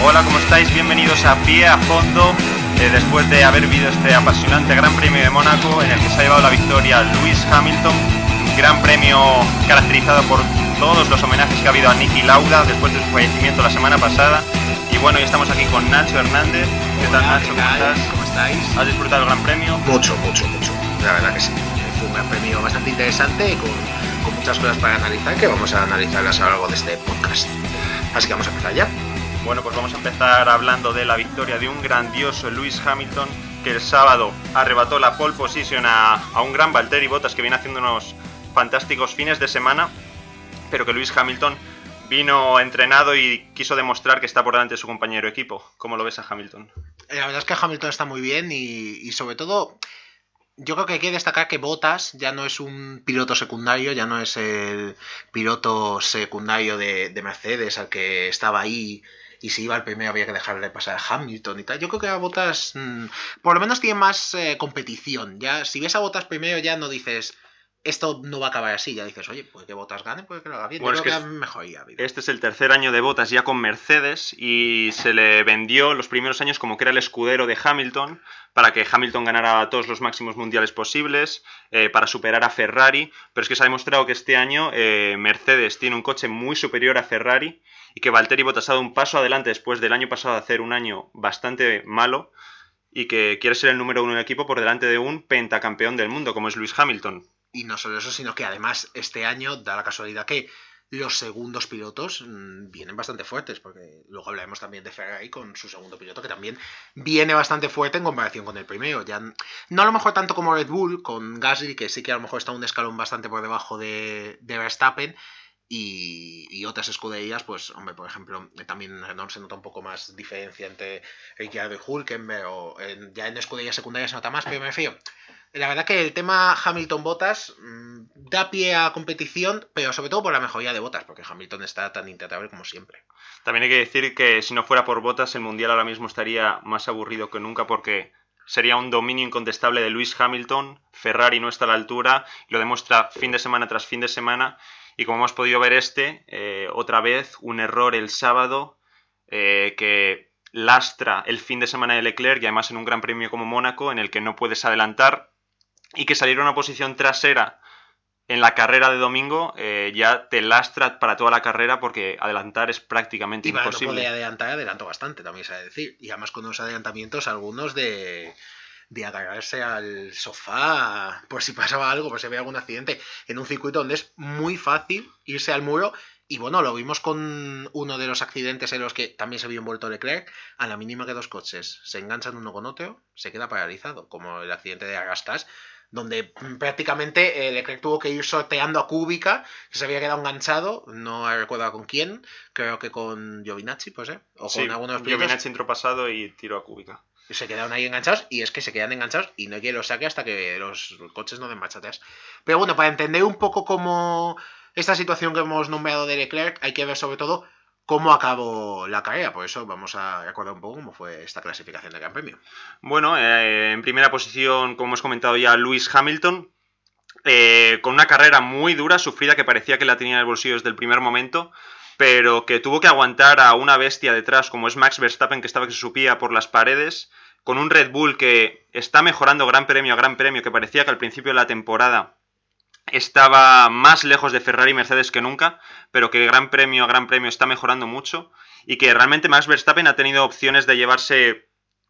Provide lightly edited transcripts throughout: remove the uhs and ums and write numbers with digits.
Hola, ¿cómo estáis? Bienvenidos a Pie a Fondo, después de haber vivido este apasionante Gran Premio de Mónaco en el que se ha llevado la victoria Lewis Hamilton, gran premio caracterizado por todos los homenajes que ha habido a Niki Lauda después de su fallecimiento la semana pasada. Y bueno, hoy estamos aquí con Nacho Hernández. ¿Qué tal, Nacho? ¿Cómo estás? ¿Cómo estáis? ¿Has disfrutado del Gran Premio? Mucho. La verdad que sí. Fue un Gran Premio bastante interesante con muchas cosas para analizar que vamos a analizarlas a lo largo de este podcast. Así que vamos a empezar ya. Bueno, pues vamos a empezar hablando de la victoria de un grandioso Lewis Hamilton que el sábado arrebató la pole position a un gran Valtteri Bottas que viene haciendo unos fantásticos fines de semana, pero que Lewis Hamilton vino entrenado y quiso demostrar que está por delante de su compañero de equipo. ¿Cómo lo ves a Hamilton? La verdad es que Hamilton está muy bien y sobre todo yo creo que hay que destacar que Bottas ya no es un piloto secundario, ya no es el piloto secundario de Mercedes al que estaba ahí y si iba al primero había que dejarle pasar a Hamilton y tal. Yo creo que a Bottas por lo menos tiene más competición. Ya si ves a Bottas primero ya no dices esto no va a acabar así, ya dices, oye, puede que Bottas gane, puede que lo haga bien. Bueno, yo creo que mejoría. Este es el tercer año de Bottas ya con Mercedes y se le vendió los primeros años como que era el escudero de Hamilton para que Hamilton ganara todos los máximos mundiales posibles, para superar a Ferrari, pero es que se ha demostrado que este año Mercedes tiene un coche muy superior a Ferrari y que Valtteri Bottas ha dado un paso adelante después del año pasado de hacer un año bastante malo y que quiere ser el número uno del equipo por delante de un pentacampeón del mundo como es Lewis Hamilton. Y no solo eso, sino que además este año da la casualidad que los segundos pilotos vienen bastante fuertes, porque luego hablaremos también de Ferrari con su segundo piloto, que también viene bastante fuerte en comparación con el primero. Ya no a lo mejor tanto como Red Bull, con Gasly, que sí que a lo mejor está un escalón bastante por debajo de Verstappen, y otras escuderías, pues, hombre, por ejemplo, también no se nota un poco más diferencia entre Ricciardo y Hülkenberg, o ya en escuderías secundarias se nota más, pero me refiero. La verdad que el tema Hamilton-Bottas da pie a competición, pero sobre todo por la mejoría de Bottas, porque Hamilton está tan intratable como siempre. También hay que decir que si no fuera por Bottas, el Mundial ahora mismo estaría más aburrido que nunca porque sería un dominio incontestable de Lewis Hamilton. Ferrari no está a la altura, y lo demuestra fin de semana tras fin de semana. Y como hemos podido ver otra vez, un error el sábado que lastra el fin de semana de Leclerc y además en un gran premio como Mónaco en el que no puedes adelantar y que salir a una posición trasera en la carrera de domingo ya te lastra para toda la carrera porque adelantar es prácticamente imposible. No poder adelantar, adelanto bastante, también se ha de decir. Y además con unos adelantamientos, algunos de agarrarse al sofá por si pasaba algo, por si había algún accidente en un circuito donde es muy fácil irse al muro. Y bueno, lo vimos con uno de los accidentes en los que también se vio envuelto Leclerc. A la mínima que dos coches se enganchan uno con otro, se queda paralizado, como el accidente de Agastas, donde prácticamente Leclerc tuvo que ir sorteando a Kubica, que se había quedado enganchado, no recuerdo con quién, creo que con Giovinazzi, pues, o sí, con algunos pilotos. Giovinazzi entró pasado y tiró a Kubica. Y se quedaron ahí enganchados, y es que se quedan enganchados y no hay quien los saque hasta que los coches no den marcha atrás. Pero bueno, para entender un poco cómo esta situación que hemos nombrado de Leclerc, hay que ver sobre todo cómo acabó la carrera. Por eso vamos a recordar un poco cómo fue esta clasificación del Gran Premio. Bueno, en primera posición, como hemos comentado ya, Lewis Hamilton, con una carrera muy dura, sufrida, que parecía que la tenía en el bolsillo desde el primer momento, pero que tuvo que aguantar a una bestia detrás como es Max Verstappen, que estaba que se subía por las paredes, con un Red Bull que está mejorando gran premio a gran premio, que parecía que al principio de la temporada estaba más lejos de Ferrari y Mercedes que nunca, pero que gran premio a gran premio está mejorando mucho y que realmente Max Verstappen ha tenido opciones de llevarse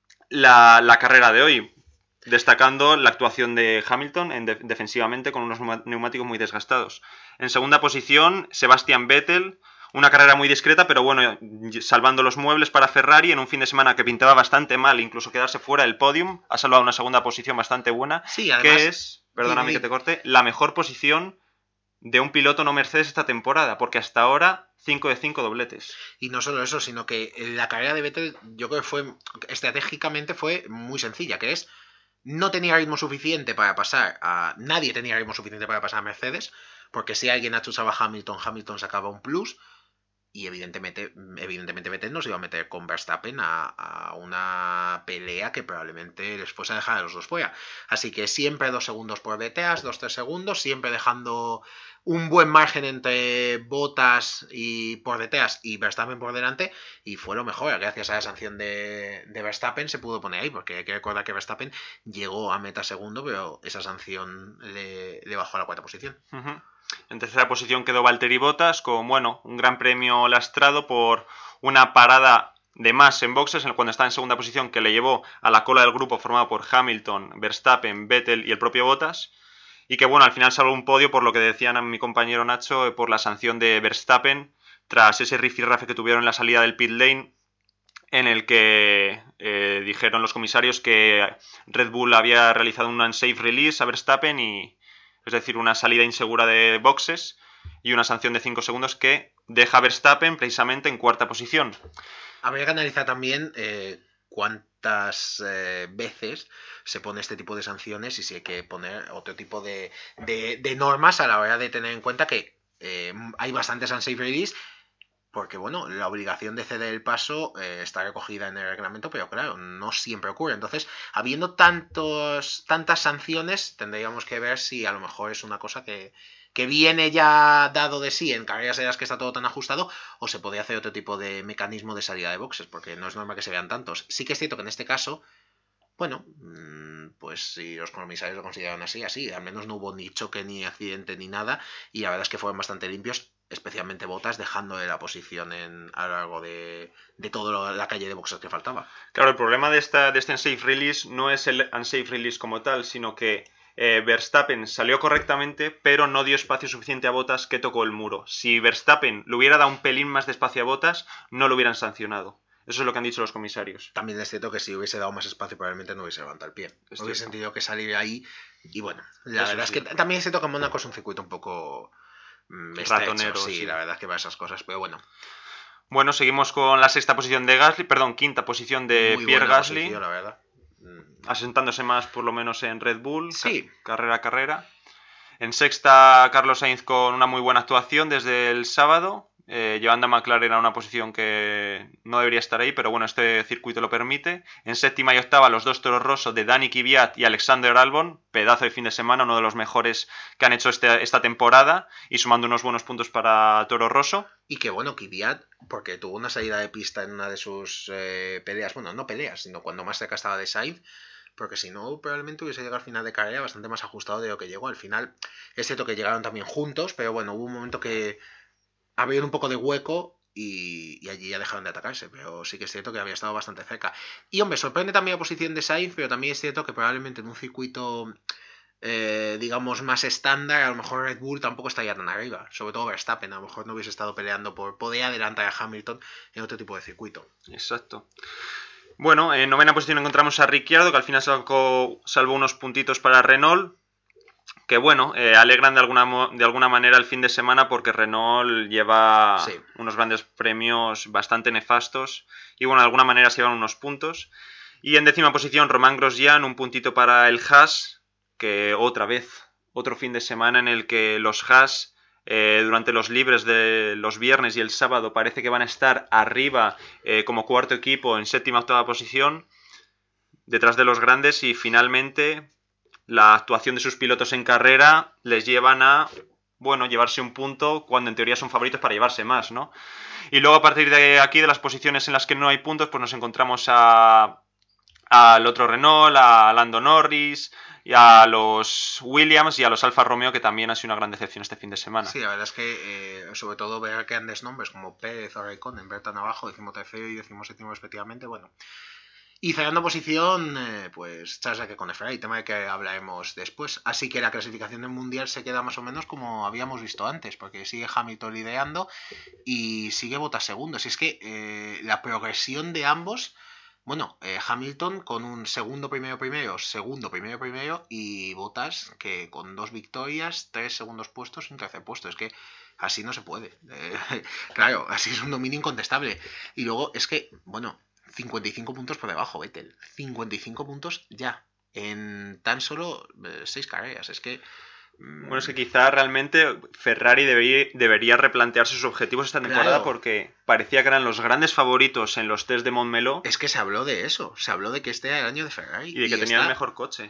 la carrera de hoy, destacando la actuación de Hamilton defensivamente con unos neumáticos muy desgastados. En segunda posición, Sebastian Vettel, una carrera muy discreta, pero bueno, salvando los muebles para Ferrari en un fin de semana que pintaba bastante mal, incluso quedarse fuera del podium, ha salvado una segunda posición bastante buena, sí, además, que es, perdóname que te corte, la mejor posición de un piloto no Mercedes esta temporada, porque hasta ahora 5 de 5 dobletes. Y no solo eso, sino que la carrera de Vettel yo creo que fue estratégicamente fue muy sencilla, que es no tenía ritmo suficiente para pasar a... Nadie tenía ritmo suficiente para pasar a Mercedes, porque si alguien achusaba a Hamilton sacaba un plus. Y evidentemente Vettel nos iba a meter con Verstappen a una pelea que probablemente les fuese a dejar a los dos fuera. Así que siempre 2 segundos por detrás, 2-3 segundos, siempre dejando un buen margen entre Bottas y por detrás y Verstappen por delante, y fue lo mejor. Gracias a la sanción de Verstappen se pudo poner ahí, porque hay que recordar que Verstappen llegó a meta segundo, pero esa sanción le bajó a la 4ª posición. Uh-huh. En 3ª posición quedó Valtteri Bottas con, bueno, un gran premio lastrado por una parada de más en boxes cuando está en 2ª posición, que le llevó a la cola del grupo formado por Hamilton, Verstappen, Vettel y el propio Bottas. Y que, bueno, al final salvó un podio, por lo que decían a mi compañero Nacho, por la sanción de Verstappen tras ese rifirrafe que tuvieron en la salida del pit lane, en el que dijeron los comisarios que Red Bull había realizado un unsafe release a Verstappen, es decir, una salida insegura de boxes y una sanción de 5 segundos que deja a Verstappen precisamente en 4ª posición. Habría que analizar también cuántas veces se pone este tipo de sanciones y si hay que poner otro tipo de normas a la hora de tener en cuenta que hay bastantes unsafe release, porque bueno, la obligación de ceder el paso está recogida en el reglamento, pero claro, no siempre ocurre. Entonces, habiendo tantas sanciones, tendríamos que ver si a lo mejor es una cosa que viene ya dado de sí en carreras en las que está todo tan ajustado, o se podría hacer otro tipo de mecanismo de salida de boxes, porque no es normal que se vean tantos. Sí que es cierto que en este caso, bueno, pues si los comisarios lo consideraron así, al menos no hubo ni choque, ni accidente, ni nada, y la verdad es que fueron bastante limpios, especialmente Bottas, dejando de la posición a lo largo de toda la calle de boxes que faltaba. Claro, el problema de este unsafe release no es el unsafe release como tal, sino que Verstappen salió correctamente, pero no dio espacio suficiente a Bottas, que tocó el muro. Si Verstappen le hubiera dado un pelín más de espacio a Bottas, no lo hubieran sancionado. Eso es lo que han dicho los comisarios. También es cierto que si hubiese dado más espacio probablemente no hubiese levantado el pie. Hubiese sentido que salir ahí. Y bueno, la verdad es que también es cierto que Mónaco es un circuito un poco ratonero. Sí, la verdad es que para esas cosas, pero bueno. Bueno, seguimos con la 6ª posición de Gasly, perdón, 5ª posición de Pierre Gasly. Posición, la verdad. Asentándose más por lo menos en Red Bull, sí. Carrera a carrera. En 6ª, Carlos Sainz con una muy buena actuación desde el sábado, llevando a McLaren a una posición que no debería estar ahí, pero bueno, este circuito lo permite. En 7ª y 8ª, los 2 Toro Rosso de Dani Kvyat y Alexander Albon, pedazo de fin de semana, uno de los mejores que han hecho esta temporada, y sumando unos buenos puntos para Toro Rosso. Y que bueno, Kvyat, porque tuvo una salida de pista en una de sus peleas, bueno, no peleas, sino cuando más cerca estaba de Sainz, porque si no, probablemente hubiese llegado al final de carrera bastante más ajustado de lo que llegó. Al final, es cierto que llegaron también juntos, pero bueno, hubo un momento que abrieron un poco de hueco y allí ya dejaron de atacarse, pero sí que es cierto que había estado bastante cerca. Y hombre, sorprende también la posición de Sainz, pero también es cierto que probablemente en un circuito digamos más estándar, a lo mejor Red Bull tampoco estaría tan arriba, sobre todo Verstappen, a lo mejor no hubiese estado peleando por poder adelantar a Hamilton en otro tipo de circuito. Exacto. Bueno, en 9ª posición encontramos a Ricciardo, que al final salvó unos puntitos para Renault, que bueno, alegran de alguna manera el fin de semana, porque Renault lleva unos grandes premios bastante nefastos y bueno, de alguna manera se llevan unos puntos. Y en 10ª posición Román Grosjean, un puntito para el Haas, que otra vez, otro fin de semana en el que los Haas durante los libres de los viernes y el sábado parece que van a estar arriba como 4º equipo en 7ª, 8ª posición, detrás de los grandes, y finalmente la actuación de sus pilotos en carrera les llevan a, bueno, llevarse un punto cuando en teoría son favoritos para llevarse más, ¿no? Y luego a partir de aquí, de las posiciones en las que no hay puntos, pues nos encontramos al otro Renault, a Lando Norris, y a los Williams y a los Alfa Romeo, que también ha sido una gran decepción este fin de semana. Sí, la verdad es que sobre todo ver grandes nombres como Pérez o Raikkonen, ver tan abajo, 13º y 17º respectivamente, bueno. Y cerrando posición, pues Charles Leclerc con Ferrari, tema de que hablaremos después. Así que la clasificación del Mundial se queda más o menos como habíamos visto antes, porque sigue Hamilton liderando y sigue Bottas segundo. Si es que la progresión de ambos, bueno, Hamilton con un segundo primero, y Bottas que con 2 victorias, 3 segundos puestos y un 13º puesto. Es que así no se puede. Claro, así es un dominio incontestable. Y luego es que, bueno, 55 puntos por debajo, Vettel. 55 puntos ya. En tan solo 6 carreras. Es que... Bueno, es que quizá realmente Ferrari debería replantearse sus objetivos esta temporada, claro, porque parecía que eran los grandes favoritos en los test de Montmeló. Es que se habló de eso. Se habló de que este era el año de Ferrari. Y de que tenía el mejor coche.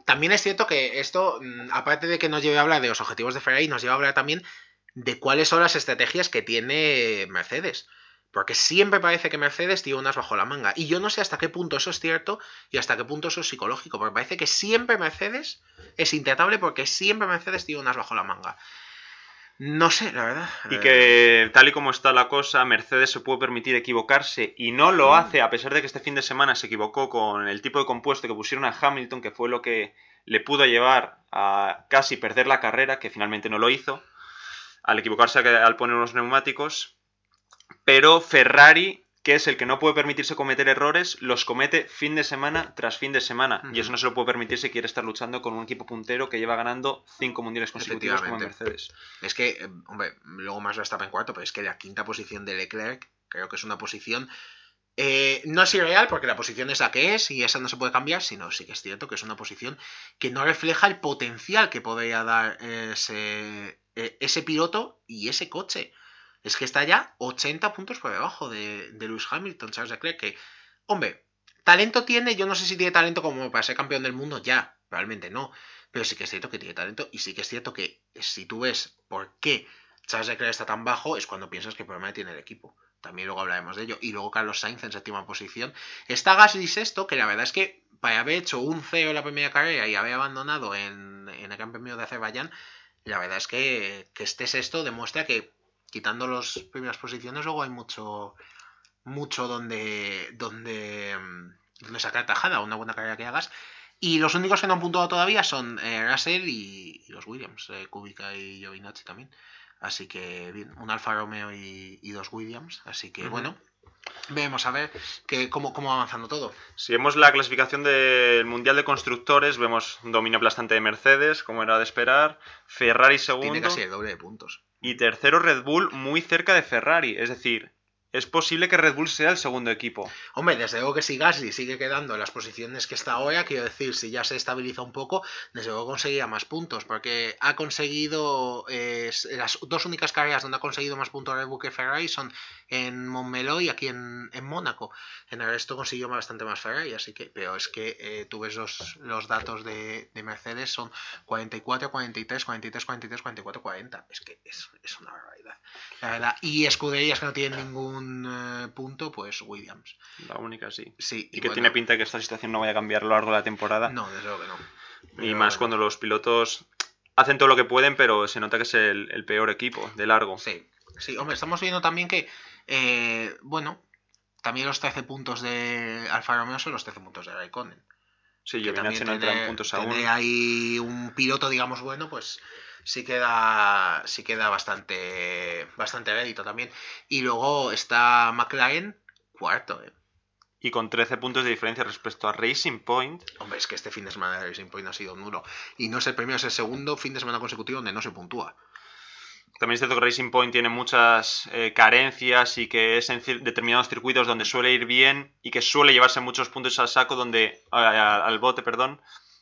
también es cierto que esto, aparte de que nos lleve a hablar de los objetivos de Ferrari, nos lleva a hablar también de cuáles son las estrategias que tiene Mercedes. Porque siempre parece que Mercedes tiene unas bajo la manga. Y yo no sé hasta qué punto eso es cierto y hasta qué punto eso es psicológico. Porque parece que siempre Mercedes es intratable porque siempre Mercedes tiene unas bajo la manga. No sé, la verdad. Y que tal y como está la cosa, Mercedes se puede permitir equivocarse y no lo hace, a pesar de que este fin de semana se equivocó con el tipo de compuesto que pusieron a Hamilton, que fue lo que le pudo llevar a casi perder la carrera, que finalmente no lo hizo, al equivocarse al poner unos neumáticos. Pero Ferrari, que es el que no puede permitirse cometer errores, los comete fin de semana tras fin de semana. Y eso no se lo puede permitir si quiere estar luchando con un equipo puntero que lleva ganando 5 mundiales consecutivos como Mercedes. Es que, hombre, luego más Verstappen cuarto, pero es que la quinta posición de Leclerc creo que es una posición... no es irreal porque la posición es la que es y esa no se puede cambiar, sino sí que es cierto que es una posición que no refleja el potencial que podría dar ese piloto y ese coche. Es que está ya 80 puntos por debajo de Lewis Hamilton, Charles Leclerc, que, hombre, talento tiene, yo no sé si tiene talento como para ser campeón del mundo ya, realmente no, pero sí que es cierto que tiene talento y sí que es cierto que si tú ves por qué Charles Leclerc está tan bajo es cuando piensas que el problema tiene el equipo. También luego hablaremos de ello. Y luego Carlos Sainz en séptima posición. Está Gasly sexto, que la verdad es que para haber hecho un CEO en la primera carrera y haber abandonado en el Gran Premio de Azerbaiyán, la verdad es que este sexto demuestra que quitando las primeras posiciones luego hay mucho donde sacar tajada, una buena carrera que hagas. Y los únicos que no han puntuado todavía son Russell y los Williams, Kubica y Giovinazzi también. Así que bien, un Alfa Romeo y dos Williams. Así que bueno, vemos a ver cómo va avanzando todo. Si vemos la clasificación del Mundial de Constructores, vemos un dominio aplastante de Mercedes, como era de esperar. Ferrari segundo. Tiene casi el doble de puntos. Y tercero Red Bull, muy cerca de Ferrari. Es decir, es posible que Red Bull sea el segundo equipo. Hombre, desde luego que si Gasly sigue quedando en las posiciones que está ahora, quiero decir, si ya se estabiliza un poco, desde luego conseguirá más puntos, porque ha conseguido, las dos únicas carreras donde ha conseguido más puntos Red Bull que Ferrari son en Montmeló y aquí en Mónaco. En el resto consiguió bastante más Ferrari, así que, pero es que tú ves los datos de Mercedes, son 44, 43, 43, 43, 44, 40. Es que es una barbaridad. La verdad. Y escuderías que no tienen ningún punto, pues Williams. La única, sí. Sí, y que bueno, tiene pinta de que esta situación no vaya a cambiar a lo largo de la temporada. No, desde luego que no. Y más cuando los pilotos hacen todo lo que pueden, pero se nota que es el peor equipo, de largo. Sí, hombre, estamos viendo también que, bueno, también los 13 puntos de Alfa Romeo son los 13 puntos de Raikkonen. Sí, Giovinazzi no entra en puntos aún. Tiene ahí un piloto, digamos, bueno, pues sí queda bastante rédito también. Y luego está McLaren cuarto, Y con 13 puntos de diferencia respecto a Racing Point. Hombre, es que este fin de semana de Racing Point ha sido nulo. Y no es el primero, es el segundo fin de semana consecutivo donde no se puntúa. También es cierto que Racing Point tiene muchas carencias y que es en determinados circuitos donde suele ir bien y que suele llevarse muchos puntos al saco, al bote, perdón,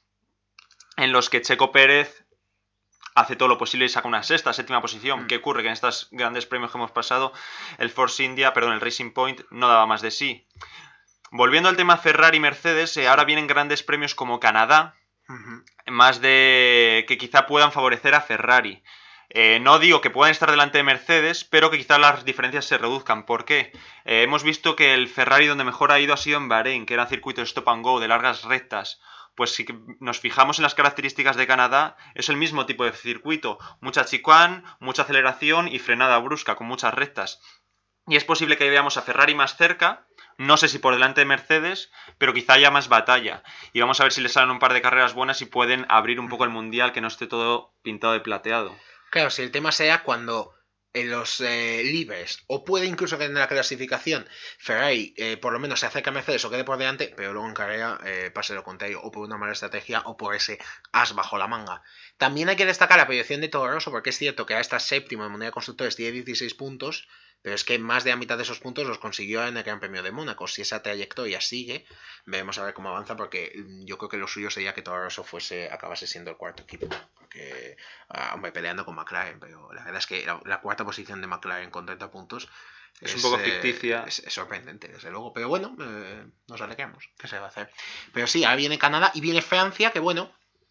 en los que Checo Pérez hace todo lo posible y saca una sexta, séptima posición. ¿Qué ocurre? Que en estos grandes premios que hemos pasado, el Racing Point no daba más de sí. Volviendo al tema Ferrari y Mercedes, ahora vienen grandes premios como Canadá, más de que quizá puedan favorecer a Ferrari. No digo que puedan estar delante de Mercedes, pero que quizás las diferencias se reduzcan. ¿Por qué? Hemos visto que el Ferrari donde mejor ha ido ha sido en Bahrein, que eran circuitos stop and go, de largas rectas. Pues si nos fijamos en las características de Canadá, es el mismo tipo de circuito. Mucha chicane, mucha aceleración y frenada brusca, con muchas rectas. Y es posible que veamos a Ferrari más cerca, no sé si por delante de Mercedes, pero quizá haya más batalla. Y vamos a ver si les salen un par de carreras buenas y pueden abrir un poco el mundial, que no esté todo pintado de plateado. Claro, si el tema sea cuando en los libres, o puede incluso que en la clasificación Ferrari por lo menos se acerque a Mercedes o quede por delante, pero luego en carrera pase lo contrario, o por una mala estrategia o por ese as bajo la manga. También hay que destacar la proyección de Toro Rosso, porque es cierto que a esta séptima en Mundial de Constructores tiene 16 puntos, pero es que más de la mitad de esos puntos los consiguió en el Gran Premio de Mónaco. Si esa trayectoria sigue, veremos a ver cómo avanza, porque yo creo que lo suyo sería que Toro Rosso acabase siendo el cuarto equipo. Porque, hombre, peleando con McLaren, pero la verdad es que la cuarta posición de McLaren con 30 puntos es un poco ficticia. Es sorprendente, desde luego. Pero bueno, nos alegramos. ¿Qué se va a hacer? Pero sí, ahora viene Canadá y viene Francia, que bueno,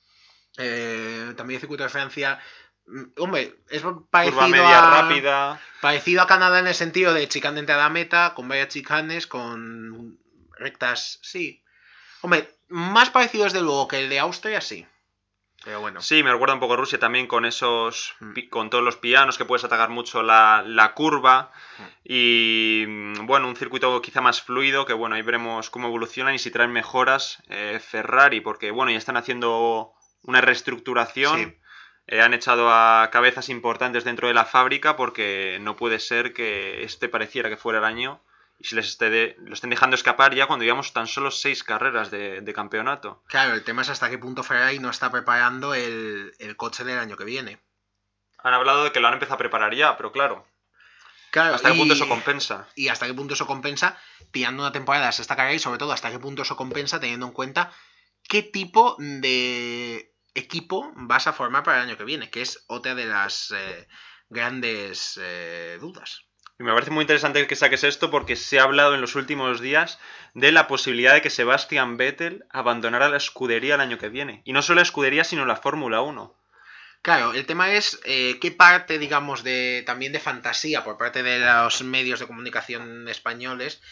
También el circuito de Francia, hombre, es Curva parecido media rápida. parecido a Canadá en el sentido de chicane de entrada a meta, con varias chicanes, con rectas, sí. Hombre, más parecido desde luego que el de Austria, sí. Pero bueno. Sí, me recuerda un poco a Rusia también con con todos los pianos que puedes atacar mucho la curva y bueno, un circuito quizá más fluido que bueno, ahí veremos cómo evolucionan y si traen mejoras Ferrari, porque bueno, ya están haciendo una reestructuración, Sí. Han echado a cabezas importantes dentro de la fábrica porque no puede ser que este pareciera que fuera el año y se lo estén dejando escapar ya cuando llevamos tan solo 6 carreras de campeonato. Claro, el tema es hasta qué punto Ferrari no está preparando el coche del año que viene. Han hablado de que lo han empezado a preparar ya, pero claro, Claro, ¿hasta qué punto eso compensa? Y hasta qué punto eso compensa pillando una temporada de esta carrera y sobre todo hasta qué punto eso compensa teniendo en cuenta qué tipo de equipo vas a formar para el año que viene, que es otra de las grandes dudas. Y me parece muy interesante que saques esto porque se ha hablado en los últimos días de la posibilidad de que Sebastian Vettel abandonara la escudería el año que viene. Y no solo la escudería, sino la Fórmula 1. Claro, el tema es qué parte, digamos, también de fantasía por parte de los medios de comunicación españoles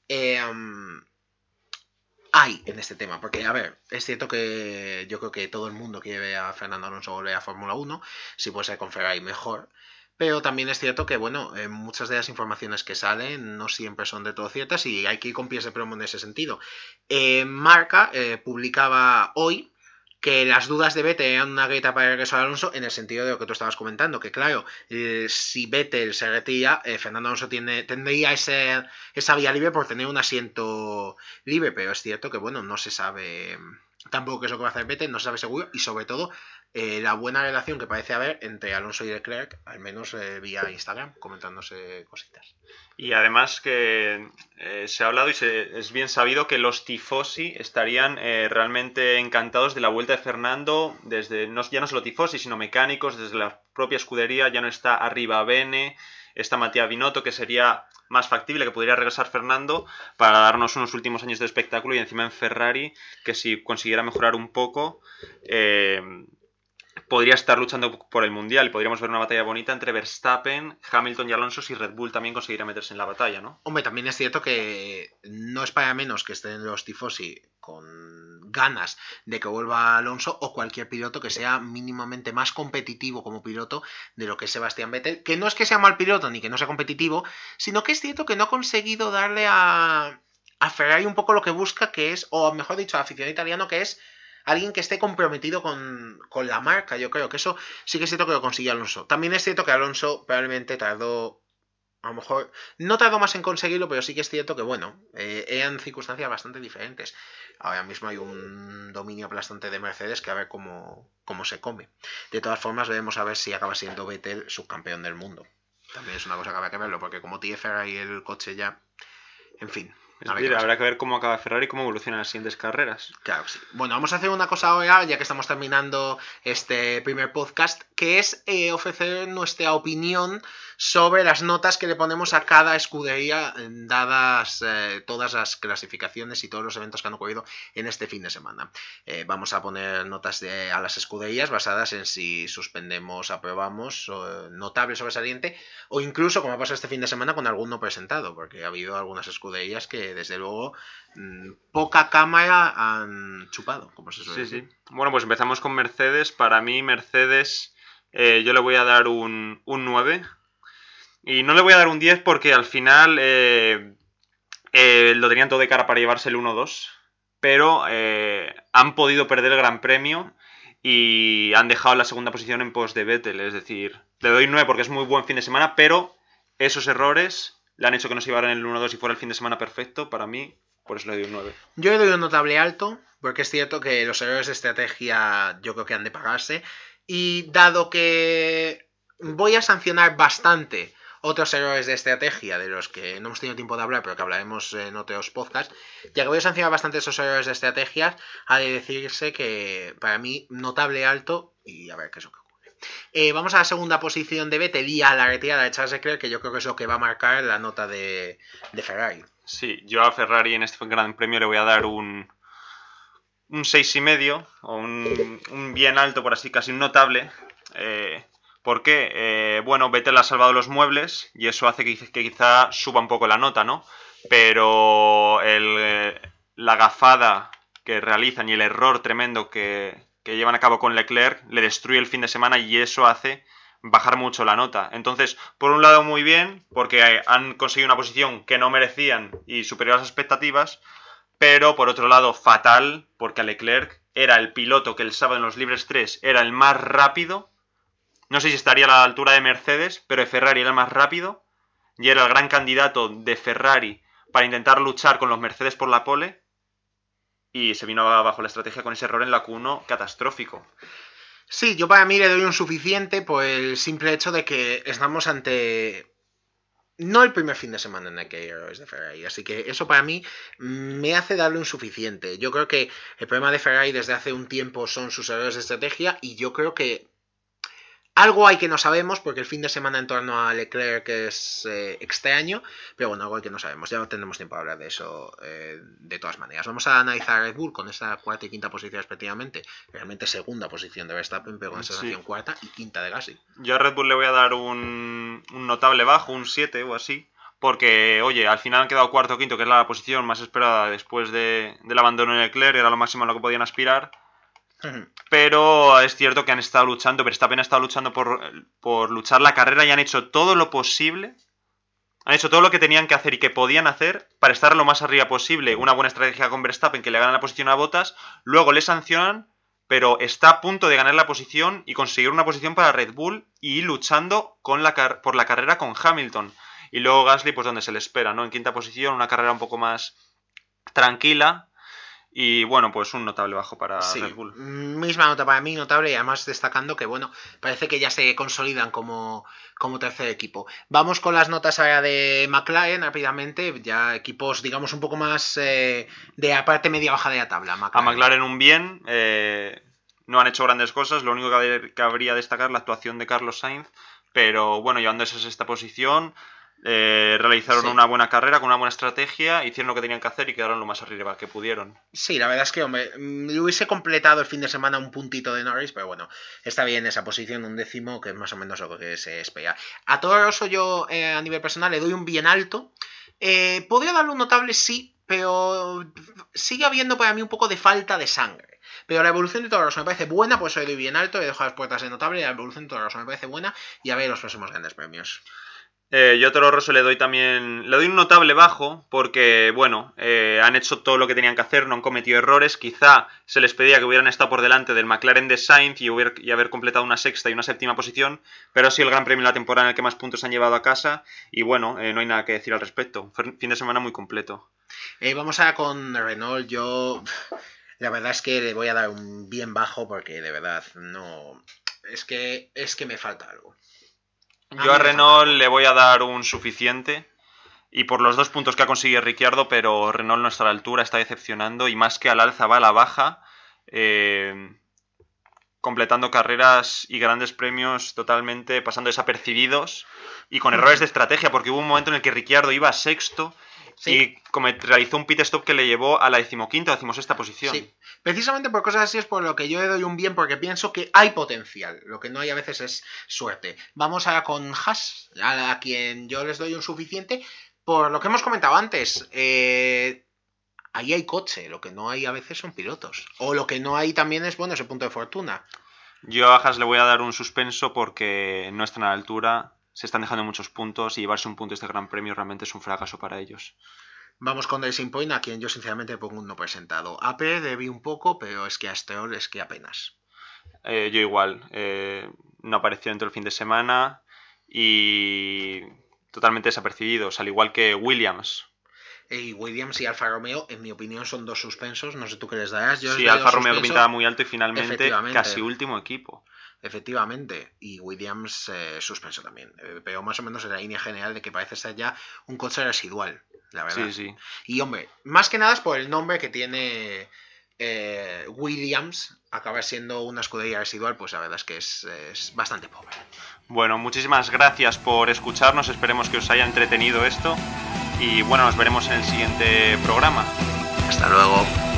hay en este tema. Porque, a ver, es cierto que yo creo que todo el mundo quiere ver a Fernando Alonso volver a Fórmula 1, si puede ser con Ferrari mejor. Pero también es cierto que, bueno, muchas de las informaciones que salen no siempre son de todo ciertas y hay que ir con pies de plomo en ese sentido. Marca publicaba hoy que las dudas de Vettel eran una grieta para el regreso de Alonso en el sentido de lo que tú estabas comentando, que claro, si Vettel se retira, Fernando Alonso tendría esa vía libre por tener un asiento libre, pero es cierto que bueno, no se sabe tampoco qué es lo que va a hacer Vettel, no se sabe seguro, y sobre todo la buena relación que parece haber entre Alonso y Leclerc, al menos vía Instagram, comentándose cositas. Y además que se ha hablado y es bien sabido que los tifosi estarían realmente encantados de la vuelta de Fernando, ya no solo tifosi, sino mecánicos, desde la propia escudería, ya no está arriba Bene, está Mattia Binotto, que sería más factible que podría regresar Fernando para darnos unos últimos años de espectáculo y encima en Ferrari, que si consiguiera mejorar un poco... podría estar luchando por el Mundial y podríamos ver una batalla bonita entre Verstappen, Hamilton y Alonso si Red Bull también conseguirá meterse en la batalla, ¿no? Hombre, también es cierto que no es para menos que estén los tifosi con ganas de que vuelva Alonso o cualquier piloto que sea mínimamente más competitivo como piloto de lo que es Sebastián Vettel, que no es que sea mal piloto ni que no sea competitivo, sino que es cierto que no ha conseguido darle a Ferrari un poco lo que busca, que es, o mejor dicho, al aficionado italiano, que es alguien que esté comprometido con la marca. Yo creo que eso sí que es cierto que lo consiguió Alonso. También es cierto que Alonso probablemente tardó, a lo mejor, no tardó más en conseguirlo, pero sí que es cierto que, bueno, eran circunstancias bastante diferentes. Ahora mismo hay un dominio aplastante de Mercedes que a ver cómo se come. De todas formas, veremos a ver si acaba siendo Vettel subcampeón del mundo. También es una cosa que habrá que verlo, porque como tiene Ferrari el coche ya, en fin. Es decir, habrá que ver cómo acaba Ferrari y cómo evolucionan las siguientes carreras. Claro que sí. Bueno, vamos a hacer una cosa ahora, ya que estamos terminando este primer podcast, que es ofrecer nuestra opinión sobre las notas que le ponemos a cada escudería, dadas todas las clasificaciones y todos los eventos que han ocurrido en este fin de semana. Vamos a poner notas a las escuderías basadas en si suspendemos, aprobamos, notable, sobresaliente, o incluso, como ha pasado este fin de semana, con algún no presentado, porque ha habido algunas escuderías que desde luego poca cámara han chupado, como se suele decir. Sí. Bueno, pues empezamos con Mercedes. Para mí Mercedes yo le voy a dar un 9 y no le voy a dar un 10 porque al final lo tenían todo de cara para llevarse el 1-2, pero han podido perder el Gran Premio y han dejado la segunda posición en pos de Vettel, es decir, le doy 9 porque es muy buen fin de semana, pero esos errores le han hecho que no se llevaran el 1-2 y fuera el fin de semana perfecto. Para mí, por eso le doy un 9. Yo le doy un notable alto, porque es cierto que los errores de estrategia yo creo que han de pagarse, y dado que voy a sancionar bastante otros errores de estrategia de los que no hemos tenido tiempo de hablar, pero que hablaremos en otros podcasts, ya que voy a sancionar bastante esos errores de estrategia, ha de decirse que para mí notable alto y a ver qué es lo que ocurre. Vamos a la segunda posición de Vettel y a la retirada de Charles Leclerc, que yo creo que es lo que va a marcar la nota de Ferrari. Sí, yo a Ferrari en este Gran Premio le voy a dar un un 6,5 o un bien alto, por así, casi un notable. ¿Por qué? Bueno, Vettel ha salvado los muebles y eso hace que quizá suba un poco la nota, ¿no? Pero la gafada que realizan y el error tremendo que llevan a cabo con Leclerc le destruye el fin de semana y eso hace bajar mucho la nota. Entonces, por un lado muy bien, porque han conseguido una posición que no merecían y superior a las expectativas, pero por otro lado fatal, porque a Leclerc era el piloto que el sábado en los libres 3 era el más rápido. No sé si estaría a la altura de Mercedes, pero de Ferrari era el más rápido y era el gran candidato de Ferrari para intentar luchar con los Mercedes por la pole y se vino abajo la estrategia con ese error en la Q1 catastrófico. Sí, yo para mí le doy un suficiente por el simple hecho de que estamos ante... No el primer fin de semana en el que hay errores de Ferrari, así que eso para mí me hace darle un suficiente. Yo creo que el problema de Ferrari desde hace un tiempo son sus errores de estrategia y yo creo que algo hay que no sabemos, porque el fin de semana en torno a Leclerc es extraño, pero bueno, algo hay que no sabemos. Ya no tendremos tiempo a hablar de eso de todas maneras. Vamos a analizar a Red Bull con esa cuarta y quinta posición respectivamente. Realmente segunda posición de Verstappen, pero con esa sensación cuarta y quinta de Gasly. Yo a Red Bull le voy a dar un notable bajo, un 7 o así, porque, oye, al final han quedado cuarto o quinto, que es la posición más esperada después del abandono de Leclerc, era lo máximo a lo que podían aspirar. Pero es cierto que han estado luchando, Verstappen ha estado luchando por luchar la carrera y han hecho todo lo posible, han hecho todo lo que tenían que hacer y que podían hacer para estar lo más arriba posible. Una buena estrategia con Verstappen que le gana la posición a Bottas, luego le sancionan, pero está a punto de ganar la posición y conseguir una posición para Red Bull y luchando por la carrera con Hamilton. Y luego Gasly, pues donde se le espera, ¿no? En quinta posición, una carrera un poco más tranquila. Y bueno, pues un notable bajo para Red Bull. Misma nota para mí, notable, y además destacando que, bueno, parece que ya se consolidan como tercer equipo. Vamos con las notas ahora de McLaren rápidamente, ya equipos, digamos, un poco más de la parte media-baja de la tabla. A McLaren un bien, no han hecho grandes cosas, lo único que cabría destacar la actuación de Carlos Sainz, pero bueno, llevando esa sexta posición... realizaron una buena carrera con una buena estrategia, hicieron lo que tenían que hacer y quedaron lo más arriba que pudieron. Sí, la verdad es que, hombre, le hubiese completado el fin de semana un puntito de Norris, pero bueno, está bien esa posición, un décimo, que es más o menos lo que se espera. A Toro Rosso yo, a nivel personal, le doy un bien alto. Podría darle un notable, sí, pero sigue habiendo para mí un poco de falta de sangre. Pero la evolución de Toro Rosso me parece buena, por eso le doy bien alto, le dejo las puertas de notable, la evolución de Toro Rosso me parece buena, y a ver los próximos grandes premios. Yo a Toro Rosso le doy un notable bajo porque, bueno, han hecho todo lo que tenían que hacer, no han cometido errores, quizá se les pedía que hubieran estado por delante del McLaren de Sainz y haber completado una sexta y una séptima posición, pero ha sido el gran premio de la temporada en el que más puntos han llevado a casa y, bueno, no hay nada que decir al respecto, fin de semana muy completo. Vamos ahora con Renault. Yo, la verdad es que le voy a dar un bien bajo porque de verdad no... Es que me falta algo. Yo a Renault le voy a dar un suficiente y por los 2 puntos que ha conseguido Ricciardo, pero Renault no está a la altura, está decepcionando y más que al alza va a la baja, completando carreras y grandes premios totalmente pasando desapercibidos y con errores de estrategia, porque hubo un momento en el que Ricciardo iba sexto. Sí. Y realizó un pit stop que le llevó a la 15ª o 16ª posición. Sí, precisamente por cosas así es por lo que yo le doy un bien, porque pienso que hay potencial. Lo que no hay a veces es suerte. Vamos ahora con Haas, a quien yo les doy un suficiente, por lo que hemos comentado antes. Ahí hay coche, lo que no hay a veces son pilotos. O lo que no hay también es, bueno, ese punto de fortuna. Yo a Haas le voy a dar un suspenso porque no están a la altura. Se están dejando muchos puntos y llevarse un punto de este gran premio realmente es un fracaso para ellos. Vamos con Racing Point, a quien yo sinceramente pongo un no presentado. AP debí un poco, pero es que a Stroll es que apenas. Yo igual. No apareció dentro del fin de semana y totalmente desapercibidos, al igual que Williams. Y Williams y Alfa Romeo, en mi opinión, son 2 suspensos. No sé tú qué les darás. Yo sí, Alfa Romeo que pintaba muy alto y finalmente casi último equipo. Efectivamente, y Williams suspenso también, pero más o menos en la línea general de que parece ser ya un coche residual, la verdad. Sí, sí. Y hombre, más que nada es por el nombre que tiene Williams, acabar siendo una escudería residual, pues la verdad es que es bastante pobre. Bueno, muchísimas gracias por escucharnos, esperemos que os haya entretenido esto y bueno, nos veremos en el siguiente programa. Hasta luego.